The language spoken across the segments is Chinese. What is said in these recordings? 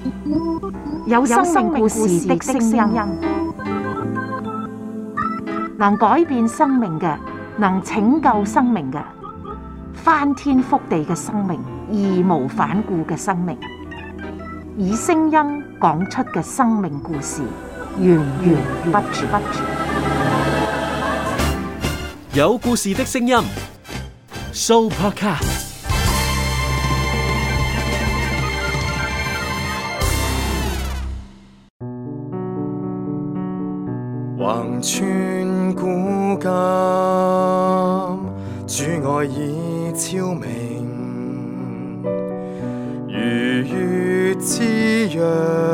有生命故事的聲音，能改變生命嘅，能拯救生命嘅，翻天覆地嘅生命，義無反顧嘅生命，以聲音講出嘅生命故事，源源不絕。 有故事的聲音 ，Sooopodcast。 橫穿古今，主愛已超明，如月之約，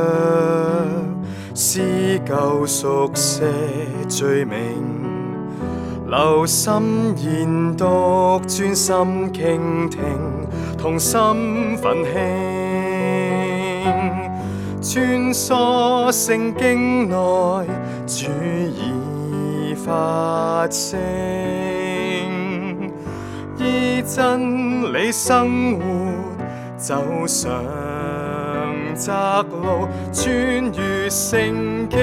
撕舊熟寫罪名，留心研讀，專心傾聽，同心奮興，穿梭聖經內，主已發聲，依真理生活，走上窄路，穿越聖經。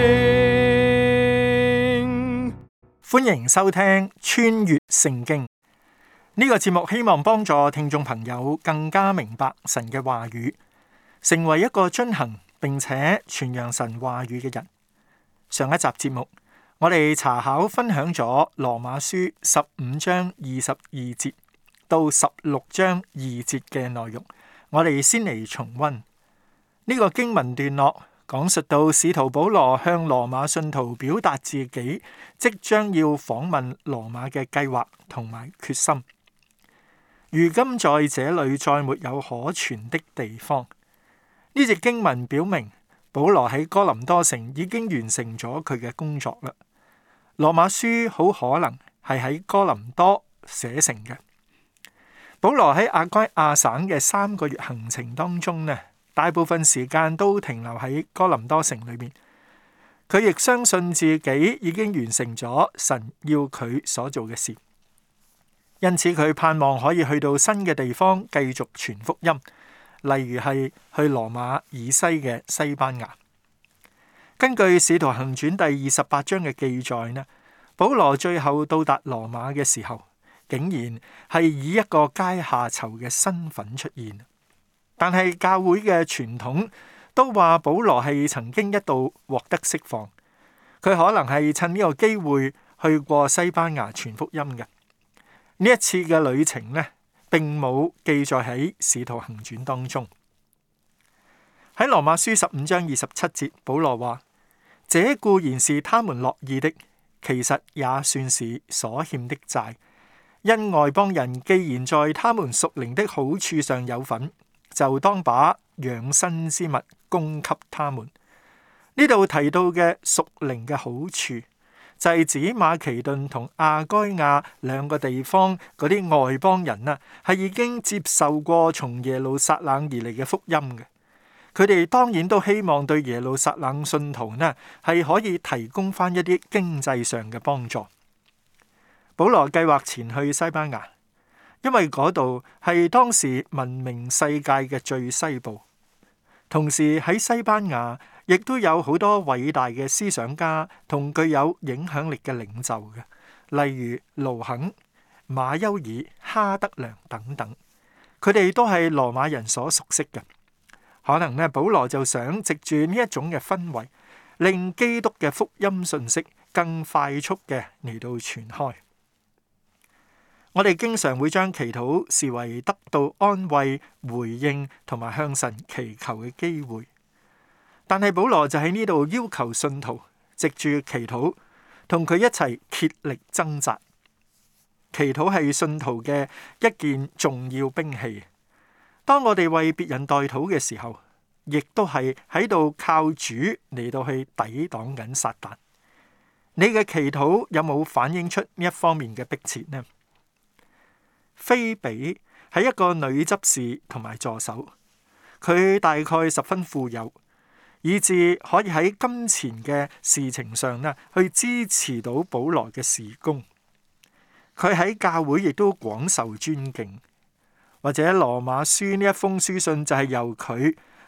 歡迎收聽《穿越聖經》呢個節目，希望幫助聽眾朋友更加明白神嘅話語，成為一個遵行並且傳揚神話語嘅人。上一集節目，我哋查考分享咗羅馬書15章22節到16章2節嘅內容，我哋先嚟重溫呢個經文段落，講述到使徒保羅向羅馬信徒表達自己即將要訪問羅馬嘅計劃同埋決心。如今在這裏再沒有可傳的地方。呢節經文表明，保羅喺哥林多城已經完成咗佢嘅工作啦。羅馬書好可能係喺哥林多寫成嘅。保羅喺亞該亞省嘅3個月行程當中呢，大部分時間都停留喺哥林多城裏面。佢亦相信自己已經完成咗神要佢所做嘅事，因此佢盼望可以去到新嘅地方繼續傳福音。例如係去羅馬以西嘅西班牙。根據《使徒行傳》第28章嘅記載呢，保羅最後到達羅馬嘅時候，竟然係以一個階下囚嘅身份出現。但係教會嘅傳統都話保羅係曾經一度獲得釋放，佢可能係趁呢個機會去過西班牙傳福音嘅。呢一次嘅旅程呢，並冇記載喺《使徒行傳》當中。喺羅馬書15章27節，保羅話：這固然是他們樂意的，其實也算是所欠的債。因外邦人既然在他們屬靈的好處上有份，就當把養生之物供給他們。呢度提到嘅屬靈嘅好處，就係指馬其頓同亞該亞兩個地方嗰啲外邦人啊，係已經接受過從耶路撒冷而嚟嘅福音嘅。佢哋當然都希望對耶路撒冷信徒呢係可以提供翻一啲經濟上嘅幫助。保羅計劃前去西班牙，因為嗰度係當時聞名世界嘅最西部，同時喺西班牙亦都有好多偉大嘅思想家同具有影響力嘅領袖嘅，例如盧肯、馬丘爾、哈德良等等，佢哋都係羅馬人所熟悉嘅。可能呢，保羅就想藉住呢一種嘅氛圍，令基督嘅福音信息更快速嘅嚟到傳開。我哋經常會將祈禱視為得到安慰、回應同埋向神祈求嘅機會。但係保羅就喺呢度要求信徒藉住祈禱同佢一齊竭力掙扎。祈禱係信徒嘅一件重要兵器。當我哋為別人代禱嘅時候，亦都係喺度靠主嚟到去抵擋緊撒旦。你嘅祈禱有冇反映出呢一方面嘅迫切呢？菲比係一個女執事同埋助手，佢大概十分富有，以致可以喺金錢嘅事情上呢去支持到保羅嘅事工。佢喺教會亦都廣受尊敬。或者羅馬書呢一封書信就係由佢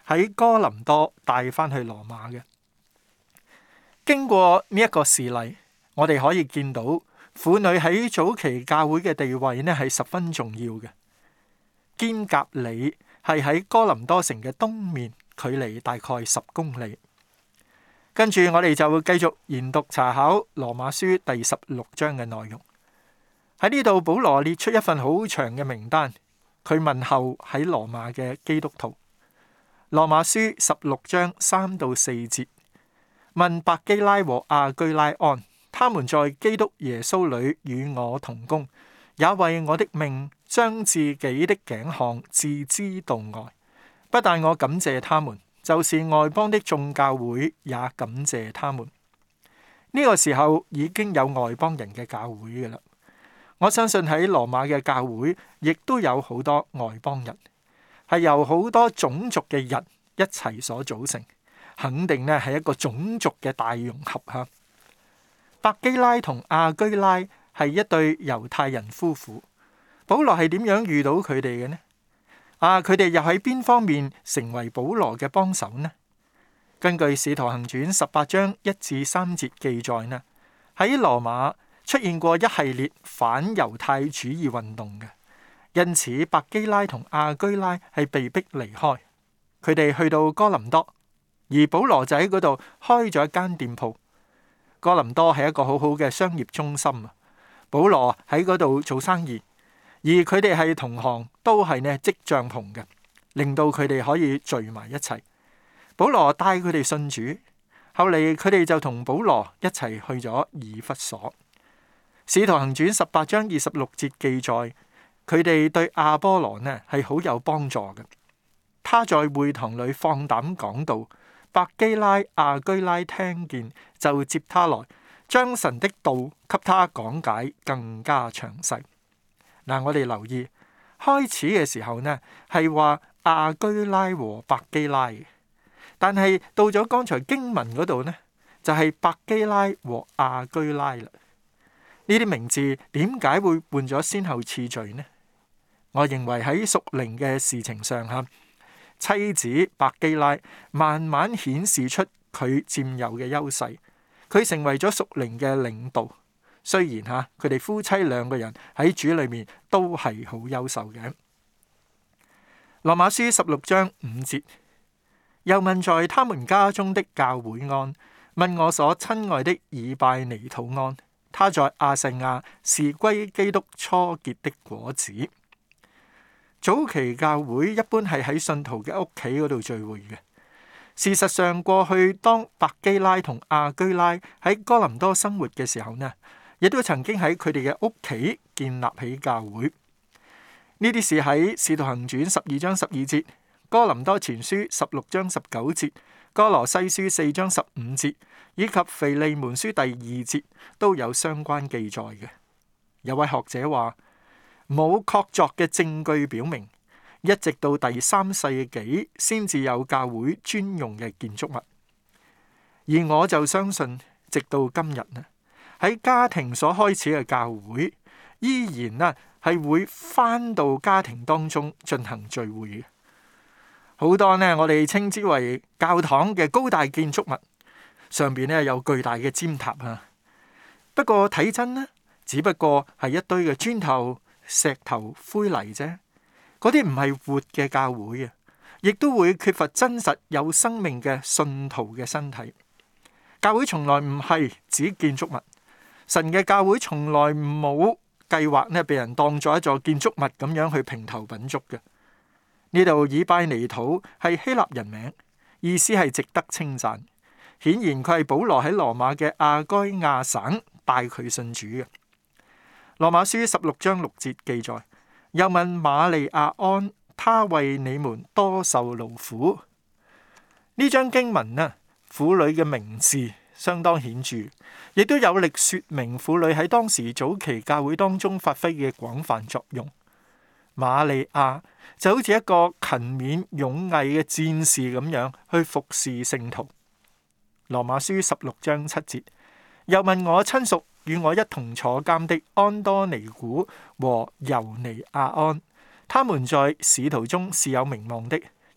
喺哥林多帶翻去羅馬嘅。經過呢一個事例，我哋可以見到婦女喺早期教會嘅地位呢係十分重要嘅。堅革哩係喺哥林多城嘅東面，距離大概10公里。跟住我哋就會繼續研讀查考羅馬書第16章嘅內容。喺呢度保羅列出一份好長嘅名單，佢問候喺羅馬嘅基督徒。羅馬書16章3到4節，問百基拉和亞居拉安，他們在基督耶穌裏與我同工，也為我的命將自己的頸項置之度外。不但我感謝他們，就是外邦的眾教會也感謝他們。呢個時候已經有外邦人嘅教會嘅啦。我相信喺羅馬嘅教會亦都有好多外邦人，係由好多種族嘅人一齊所組成，肯定呢係一個種族嘅大融合吓。百基拉同亞居拉係一對猶太人夫婦，保羅係點樣遇到佢哋嘅呢？佢哋又喺邊方面成為保羅嘅幫手呢？根據《使徒行傳》18章1至3節記載呢，喺羅馬出現過一系列反猶太主義運動嘅，因此百基拉同亞居拉係被逼離開，佢哋去到哥林多，而保羅就喺嗰度開咗一間店鋪。哥林多係一個好好嘅商業中心啊，保羅喺嗰度做生意。而佢哋係同行，都係呢織帳篷嘅，令到佢哋可以聚埋一齊。保羅帶佢哋信主，後嚟佢哋就同保羅一齊去咗以弗所。使徒行傳18章26節記載，佢哋對亞波羅呢係好有幫助嘅。他在會堂裏放膽講道，百基拉、亞居拉聽見，就接他來，將神的道給他講解更加詳細。嗱，我哋留意開始嘅時候呢，係話亞居拉和百基拉嘅，但係到咗剛才經文嗰度呢，就係百基拉和亞居拉啦。呢啲名字點解會換咗先後次序呢？我認為喺屬靈嘅事情上吓，妻子百基拉慢慢顯示出佢佔有嘅優勢，佢成為咗屬靈嘅領導。雖然佢哋夫妻兩個人喺主裏面都係好優秀嘅。羅馬書16章5節，又問在他們家中的教會安，問我所親愛的以拜尼土安，他在亞細亞是歸基督初結的果子。早期教會一般係喺信徒嘅屋企嗰度聚會嘅。事實上，過去當百基拉同亞居拉喺哥林多生活嘅時候呢，亦都曾經喺佢哋嘅屋企建立起教會。呢啲事喺《使徒行傳》12章12節、哥林多前書16章19節、哥羅西書4章15節以及腓利門書第2節都有相關記載嘅。有位學者話，冇確鑿嘅證據表明，一直到第3世紀先至有教會專用嘅建築物。而我就相信，直到今日呢，喺家庭所開始嘅教會，依然呢係會返到家庭當中進行聚會嘅。好多呢，我哋稱之為教堂嘅高大建築物，上邊呢有巨大嘅尖塔啊。不過睇真呢，只不過係一堆嘅磚頭、石頭、灰泥啫。嗰啲唔係活嘅教會啊，亦都會缺乏真實有生命嘅信徒嘅身體。教會從來唔係指建築物。神嘅教會從來冇計劃呢，被人當作一座建築物咁樣去評頭品足嘅。呢度以拜尼土係希臘人名，意思係值得稱讚。顯然佢係保羅喺羅馬嘅亞該亞省帶佢信主嘅。羅馬書16章6節記載，又問瑪利亞安，他為你們多受勞苦。呢章經文呢，婦女嘅名字相當顯著，亦都有力說明婦女喺當時早期教會當中發揮嘅廣泛作用。瑪利亞就好似一個勤勉勇毅嘅戰士咁樣去服侍聖徒。羅馬書16章7節，又問我親屬與我一同坐監的安多尼古和猶尼亞安，他們在使徒中是有名望的，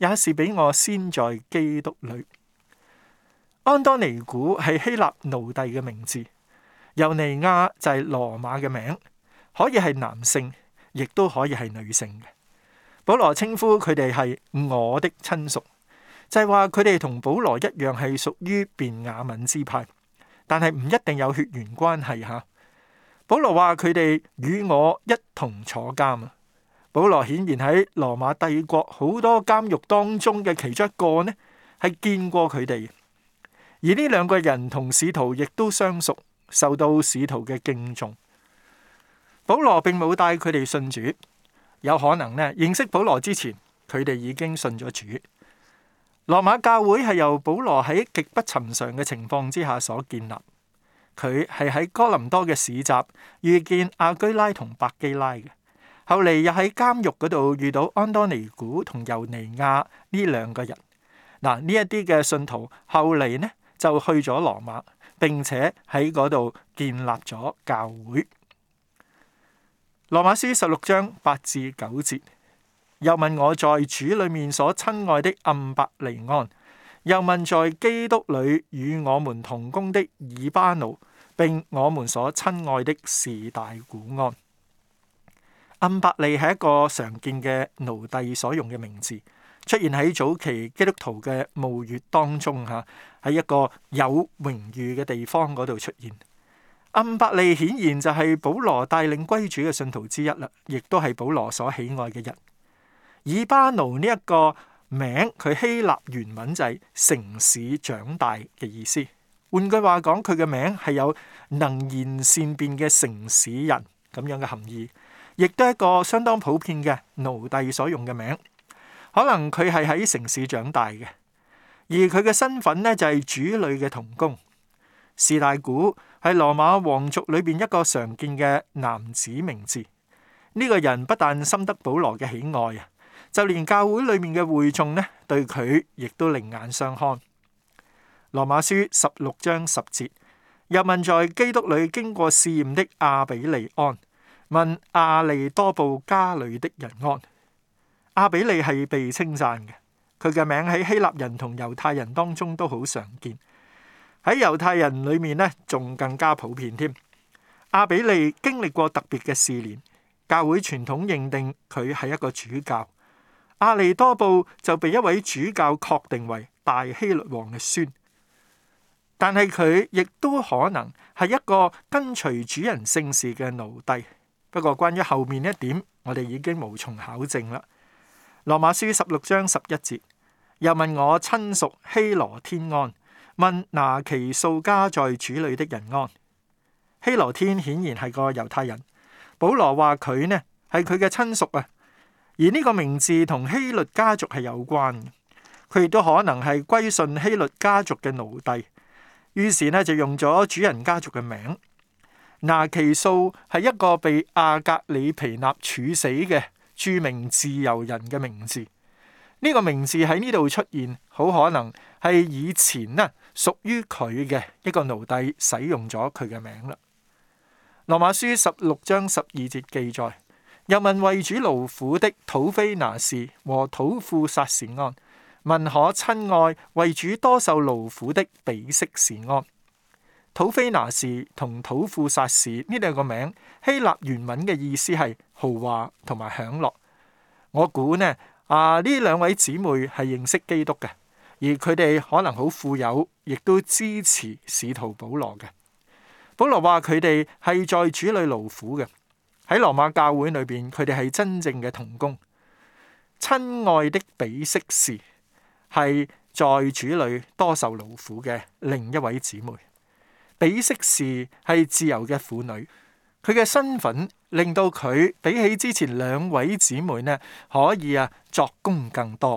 也是比我先在基督裏。安多尼古係希臘奴隸嘅名字，尤尼亞就係羅馬嘅名，可以係男性，亦都可以係女性嘅。保羅稱呼佢哋係我的親屬，就係話佢哋同保羅一樣係屬於便雅憫支派，但係唔一定有血緣關係吓。保羅話佢哋與我一同坐監啊。保羅顯然喺羅馬帝國好多監獄當中嘅其中一個呢，係見過佢哋。而呢兩個人同使徒亦都相熟，受到使徒嘅敬重。保羅並冇帶佢哋信主，有可能呢，認識保羅之前，佢哋已經信咗主。羅馬教會係由保羅喺極不尋常嘅情況之下所建立。佢係喺哥林多嘅市集遇見亞居拉同百基拉嘅，後嚟又喺監獄嗰度遇到安多尼古同尤尼亞呢兩個人。嗱，呢一啲嘅信徒後嚟呢就去咗羅馬，並且喺嗰度建立咗教會。羅馬書16章8至9節，又問我在主裏面所親愛的暗伯利安，又問在基督裏與我們同工的以巴奴，並我們所親愛的士大古安。暗伯利係一個常見嘅奴隸所用嘅名字，出現喺早期基督徒嘅墓穴當中吓，喺一個有榮譽嘅地方嗰度出現。暗伯利顯然就係保羅帶領歸主嘅信徒之一啦，亦都係保羅所喜愛嘅人。以巴奴呢一個名，佢希臘原文就係城市長大嘅意思。換句話講，佢嘅名係有能言善辯嘅城市人咁樣嘅含義，亦都係一個相當普遍嘅奴隸所用嘅名。可能佢係喺城市長大嘅，而佢嘅身份呢，就係主裏嘅同工。士大古係羅馬皇族裏邊一個常見嘅男子名字。呢個人不但深得保羅嘅喜愛啊，就連教會裏面嘅會眾呢，對佢亦都另眼相看。羅馬書16章10節，又問在基督裏經過試驗的亞比利安，問亞利多布家裏的人安。亞比利係被稱讚嘅，佢嘅名喺希臘人同猶太人當中都好常見，喺猶太人裏面呢，仲更加普遍添。亞比利經歷過特別嘅試煉，教會傳統認定佢係一個主教。亞利多布就被一位主教確定為大希律王嘅孫，但係佢亦都可能係一個跟隨主人姓氏嘅奴隸。不過關於後面一點，我哋已經無從考證啦。羅馬書16章11節，又問我親屬希羅天安，問拿其數家在主裏的人安。希羅天顯然係個猶太人，保羅話佢呢係佢嘅親屬啊，而呢個名字同希律家族係有關嘅，佢亦都可能係歸順希律家族嘅奴隸，於是呢就用咗主人家族嘅名。拿其數係一個被亞格里皮納處死嘅著名自由人嘅名字。呢個名字喺呢度出現，好可能係以前呢屬於佢嘅一個奴隸使用咗佢嘅名啦。羅馬書16章12節記載，又問為主勞苦的土非拿士和土庫撒士安，問可親愛為主多受勞苦的比色士安。土非拿士同土庫撒士呢兩個名，希臘原文嘅意思係豪華同埋享樂。我估呢呢兩位姊妹係認識基督嘅，而佢哋可能好富有，亦都支持使徒保羅嘅。保羅話佢哋係在主裏勞苦嘅，喺羅馬教會裏邊，佢哋係真正嘅同工。親愛的比色士係在主裏多受勞苦嘅另一位姊妹。比色士係自由嘅婦女，佢嘅身份令到佢比起之前兩位姊妹呢，可以作工更多。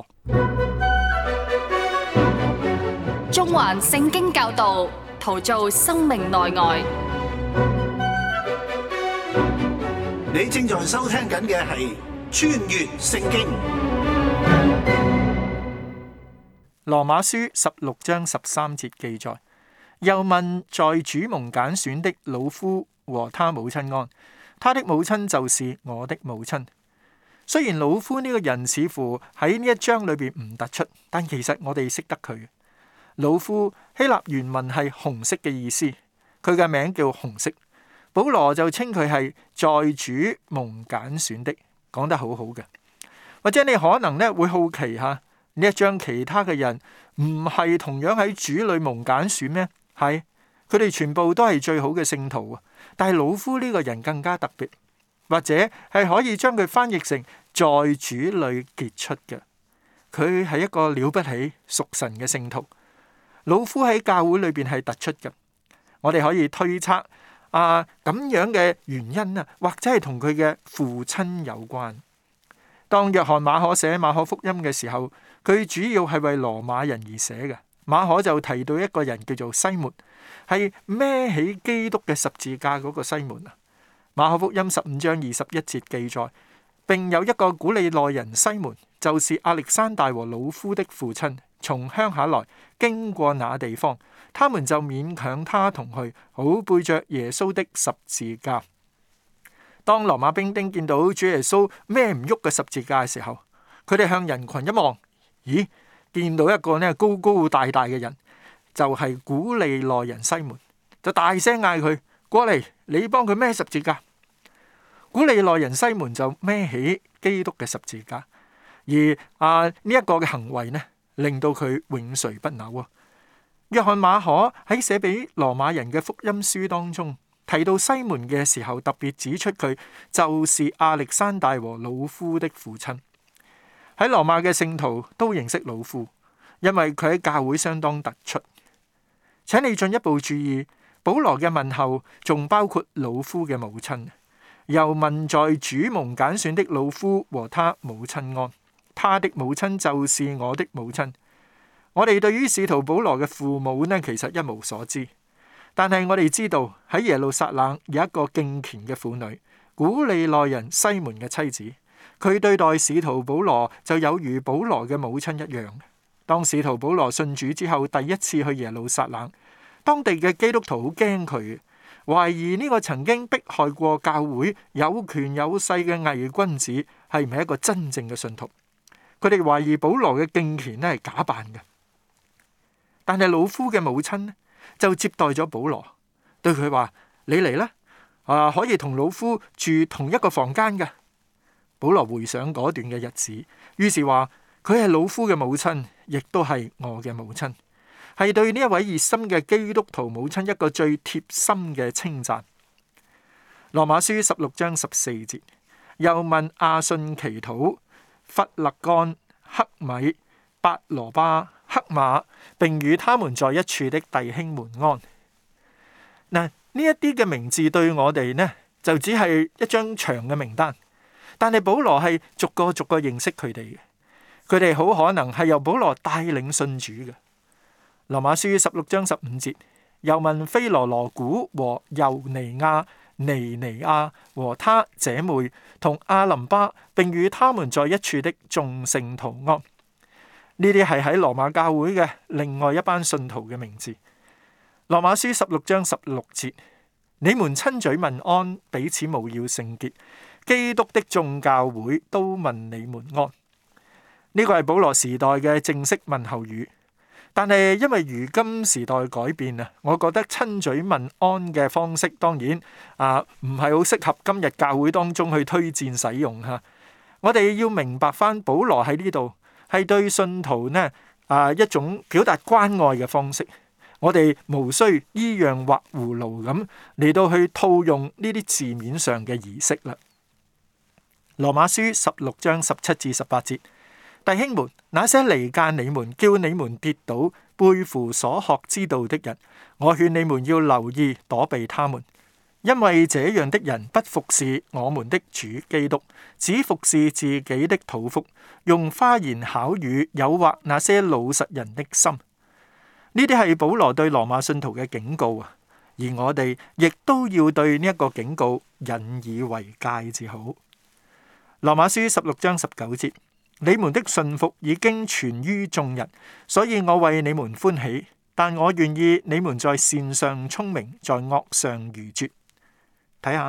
中環聖經教導，陶造生命內外。 你正在收聽緊嘅係穿越聖經。 羅馬書16章13節記載。又問在主蒙揀選的魯孚和他母親安，他的母親就是我的母親。 雖然魯孚呢個人似乎喺呢一章裏邊唔突出，但其實我哋識得佢。魯孚希臘原文係紅色嘅意思，佢嘅名叫紅色。保羅就稱佢係在主蒙揀選的，講得好好嘅。或者你可能咧會好奇下，呢一章其他嘅人唔係同樣喺主裏蒙揀選咩？係，佢哋全部都係最好嘅聖徒啊！但係魯孚呢個人更加特別，或者係可以將佢翻譯成在主裏傑出嘅。佢係一個了不起屬神嘅聖徒。魯孚喺教會裏邊係突出嘅。我哋可以推測咁樣嘅原因啊，或者係同佢嘅父親有關。當約翰馬可寫馬可福音嘅時候，佢主要係為羅馬人而寫嘅。馬可就提到一個人叫做西門，係孭起基督嘅十字架嗰個西門啊。馬可福音15章21節記載，並有一個古利奈人西門，就是亞歷山大和魯孚的父親，從鄉下來，經過那地方，他們就勉強他同去，好背着耶穌的十字架。當羅馬兵丁見到主耶穌孭唔喐嘅十字架嘅時候，佢哋向人群一望，咦，見到一個高高大大嘅人，就係古利奈人西門，就大聲嗌佢過嚟，你幫佢孭十字架。古利奈人西門就孭起基督嘅十字架，而呢一個嘅行為呢，令到佢永垂不朽啊！約翰馬可喺寫俾羅馬人嘅福音書當中提到西門嘅時候，特別指出佢就是亞歷山大和魯孚的父親。喺羅馬嘅聖徒都認識魯孚，因為佢喺教會相當突出。請你進一步注意，保羅嘅問候仲包括魯孚嘅母親，又問在主蒙揀選的魯孚和他母親安，他的母親就是我的母親。我哋對於使徒保羅嘅父母呢，其實一無所知。但係我哋知道喺耶路撒冷有一個敬虔嘅婦女，古利奈人西門嘅妻子，佢對待使徒保羅就有如保羅嘅母親一樣。當使徒保羅信主之後，第一次去耶路撒冷，當地嘅基督徒好驚佢，懷疑呢個曾經迫害過教會有權有勢嘅偽君子係唔係一個真正嘅信徒。佢哋懷疑保羅嘅敬虔呢係假扮嘅。但係魯孚嘅母親呢，就接待咗保羅，對佢話：你嚟啦，可以同魯孚住同一個房間嘅。保羅回想嗰段嘅日子，於是話佢係魯孚嘅母親，亦都係我嘅母親，係對呢一位熱心嘅基督徒母親一個最貼心嘅稱讚。羅馬書16章14節，又問亞信祈禱、弗勒干、克米、伯羅巴、黑馬，並與他們在一處的弟兄們安。嗱，呢一啲嘅名字對我哋呢，就只係一張長嘅名單，但係保羅係逐個逐個認識佢哋嘅，佢哋好可能係由保羅帶領信主嘅。羅馬書16章15節，又問菲羅羅古和尤尼亞、尼尼亞和他姐妹同阿林巴，並與他們在一處的眾聖徒安。呢啲係喺羅馬教會嘅另外一班信徒嘅名字。羅馬書16章16節，你們親嘴問安，彼此務要聖潔。基督的眾教會都問你們安。呢個係保羅時代嘅正式問候語，但係因為如今時代改變啊，我覺得親嘴問安嘅方式當然唔係好適合今日教會當中去推薦使用吓。我哋要明白翻保羅喺呢度係對信徒呢一種表達關愛嘅方式，我哋無需依樣畫葫蘆咁嚟到去套用呢啲字面上嘅儀式啦。羅馬書16章17至18節，弟兄們，那些離間你們、叫你們跌倒、背負所學之道的人，我勸你們要留意躲避他們。因為這樣的人不服侍我們的主基督，只服侍自己的肚腹，用花言巧語誘惑那些老實人的心。呢啲係保羅對羅馬信徒嘅警告啊，而我哋亦都要對呢一個警告引以為戒至好。羅馬書16章19節，你們的信服已經傳於眾人，所以我為你們歡喜，但我願意你們在善上聰明，在惡上愚拙。睇下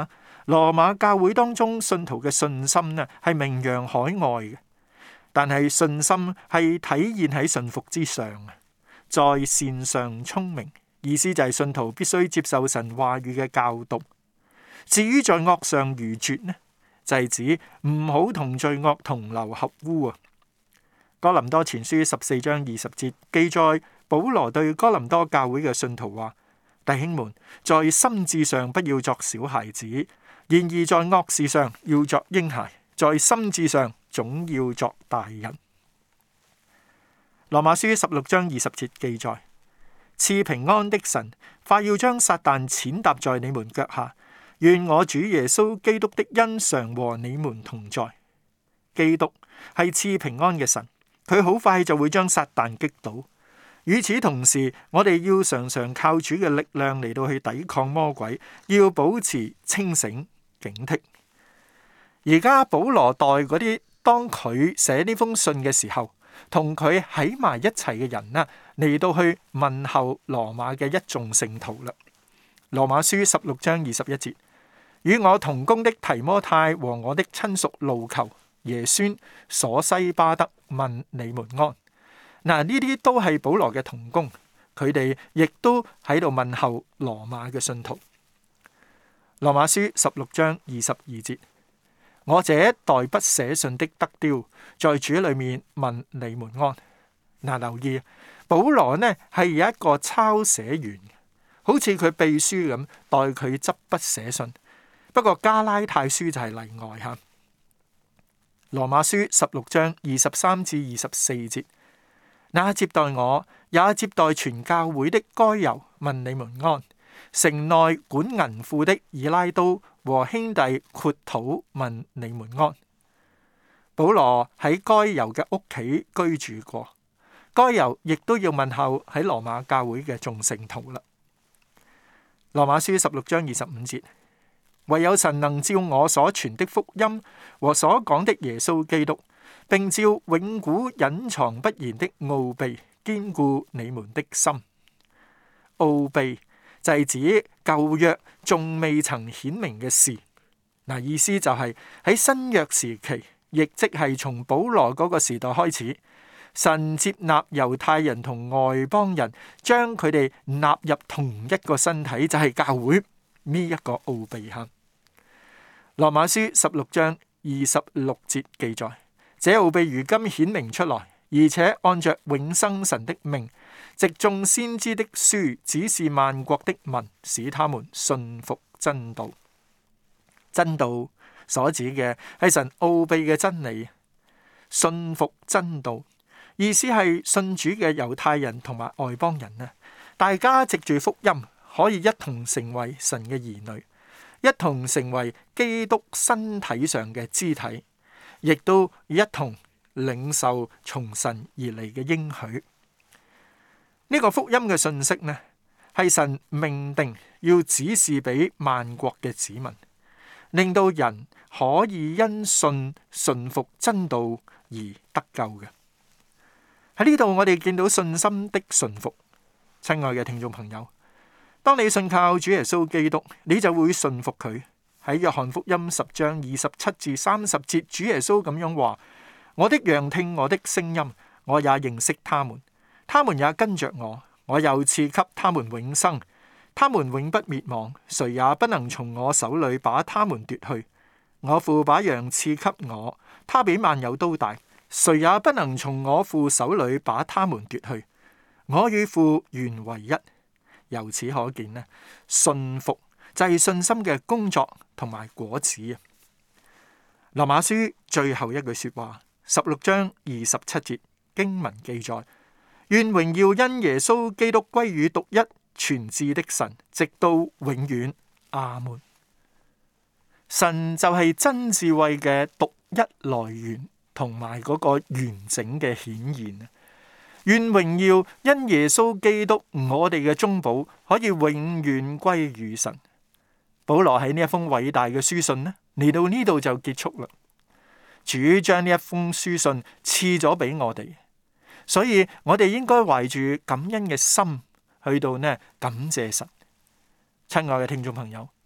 羅馬教會當中信徒嘅信心呢係名揚海外嘅，但係信心係體現喺信服之上，在善上聰明，意思就係信徒必須接受神話語嘅教導。至於在惡上愚拙呢，就係指唔好同罪惡同流合污啊。哥林多前書14章20節記載，保羅對哥林多教會嘅信徒話：弟兄們，在心志上不要作小孩子，然而在惡事上要作嬰孩，在心志上總要作大人。羅馬書16章20節記載：賜平安的神，快要將撒旦踐踏在你們腳下。願我主耶穌基督的恩常和你們同在。基督係賜平安嘅神，佢好快就會將撒旦擊倒。與此同時，我哋要常常靠主嘅力量嚟到去抵抗魔鬼，要保持清醒警惕。而家保羅代嗰啲當佢寫呢封信嘅時候，同佢喺埋一齊嘅人呢，嚟到去問候羅馬嘅一眾聖徒啦。羅馬書16章21節：與我同工的提摩太和我的親屬路求、耶孫、所西巴德問你們安。嗱，呢啲都係保羅嘅同工，佢哋亦都喺度問候羅馬嘅信徒。羅馬書16章22節：我這代不寫信的德丟，在主裏面問你們安。嗱，留意保羅呢係有一個抄寫員，好似佢秘書咁代佢執筆寫信。不過加拉太書就係例外吓。羅馬書16章23至24節：那接待我，也接待全教會的該猶問你們安。城內管銀庫的以拉都和兄弟括土問你們安。保羅喺該猶嘅屋企居住過，該猶亦都要問候喺羅馬教會嘅眾聖徒啦。羅馬書16章25節：唯有神能照我所傳的福音和所講的耶穌基督，並照永古隱藏不言的奧秘堅固你們的心。奧秘就係指舊約仲未曾顯明嘅事。嗱，意思就係喺新約時期，亦即係從保羅嗰個時代開始，神接納猶太人同外邦人，將佢哋納入同一個身體，就係教會呢一個奧秘哈。羅馬書16章26節記載：這奧秘如今顯明出來，而且按着永生神的命，藉眾先知的書指示萬國的民，使他們信服真道。真道所指嘅係神奧秘嘅真理，信服真道，意思係信主嘅猶太人同埋外邦人呢，大家藉住福音可以一同成為神嘅兒女，一同成為基督身體上嘅肢體，亦都一同領受從神而嚟嘅應許。呢個福音嘅信息呢，係神命定要指示俾萬國嘅子民，令到人可以因信順服真道而得救嘅。喺呢度我哋見到信心的順服。親愛嘅聽眾朋友，當你信靠主耶穌基督，你就會順服佢。喺約翰福音10章27至30節，主耶穌咁樣話：我的羊聽我的聲音，我也認識他們，他們也跟着我，我又賜給他們永生，他們永不滅亡，誰也不能從我手裏把他們奪去。我父把羊賜給我，他比萬有都大，誰也不能從我父手裏把他們奪去。我與父原為一。由此可見呢，信服就係信心嘅工作同埋果子啊。羅馬書最後一句說話，16章27節經文記載：願榮耀因耶穌基督歸於獨一全智的神，直到永遠。阿門。神就係真智慧嘅獨一來源，同埋嗰個完整嘅顯現。願榮耀因耶穌基督我哋嘅中保，可以永遠歸於神。保羅喺呢一封偉大嘅書信呢，嚟到呢度就結束啦。主將呢一封書信賜咗俾我哋，所以我哋應該懷住感恩嘅心去到呢感謝神。親愛嘅聽眾朋友，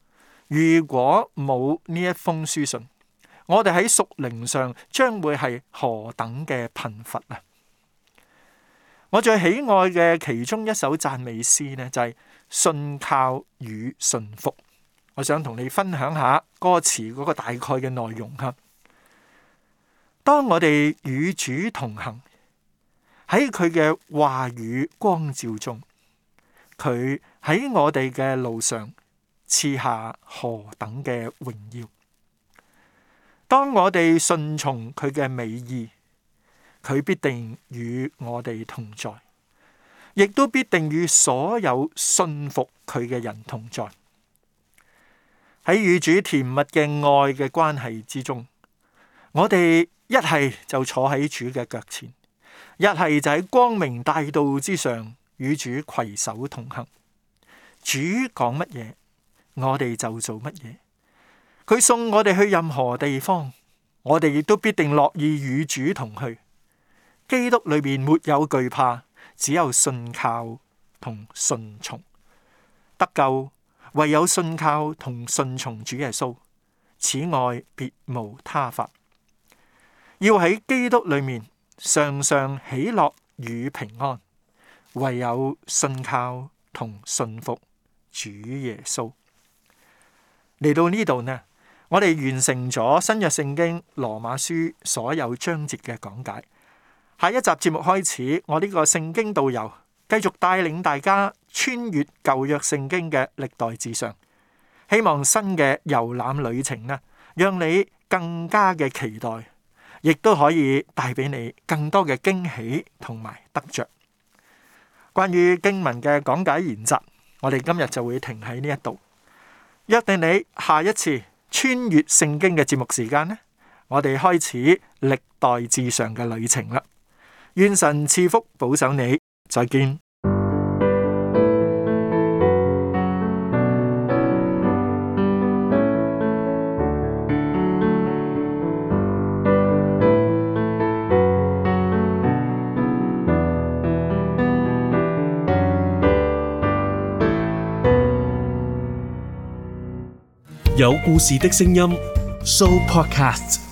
如果冇呢一封書信，我哋喺屬靈上將會係何等嘅貧乏啊！我最喜愛嘅其中一首讚美詩呢，就係信靠與信服。我想同你分享下歌詞嗰個大概嘅內容哈。當我哋與主同行，喺佢嘅話語光照中，佢喺我哋嘅路上賜下何等嘅榮耀。當我哋順從佢嘅美意，佢必定與我哋同在，亦都必定與所有信服佢嘅人同在。喺與主甜蜜嘅愛嘅關係之中，我哋一係就坐喺主嘅腳前，一係就喺光明大道之上與主攜手同行。主講乜嘢，我哋就做乜嘢。佢送我哋去任何地方，我哋亦都必定樂意與主同去。基督裏面沒有懼怕，只有信靠同順從。得救唯有信靠同順從主耶穌，此外別無他法。要喺基督裏面常常喜樂與平安，唯有信靠同信服主耶穌。嚟到呢度呢，我哋完成咗新約聖經羅馬書所有章節嘅講解。下一集節目開始，我呢個聖經導遊繼續帶領大家穿越舊約聖經嘅歷代志上，希望新嘅遊覽旅程呢，讓你更加嘅期待，亦都可以帶俾你更多嘅驚喜同埋得着。關於經文嘅講解研習，我哋今日就會停喺呢一度，約定你下一次穿越聖經嘅節目時間呢，我哋開始歷代志上嘅旅程啦。願神賜福保守你，再見。 有故事的聲音 Show Podcast。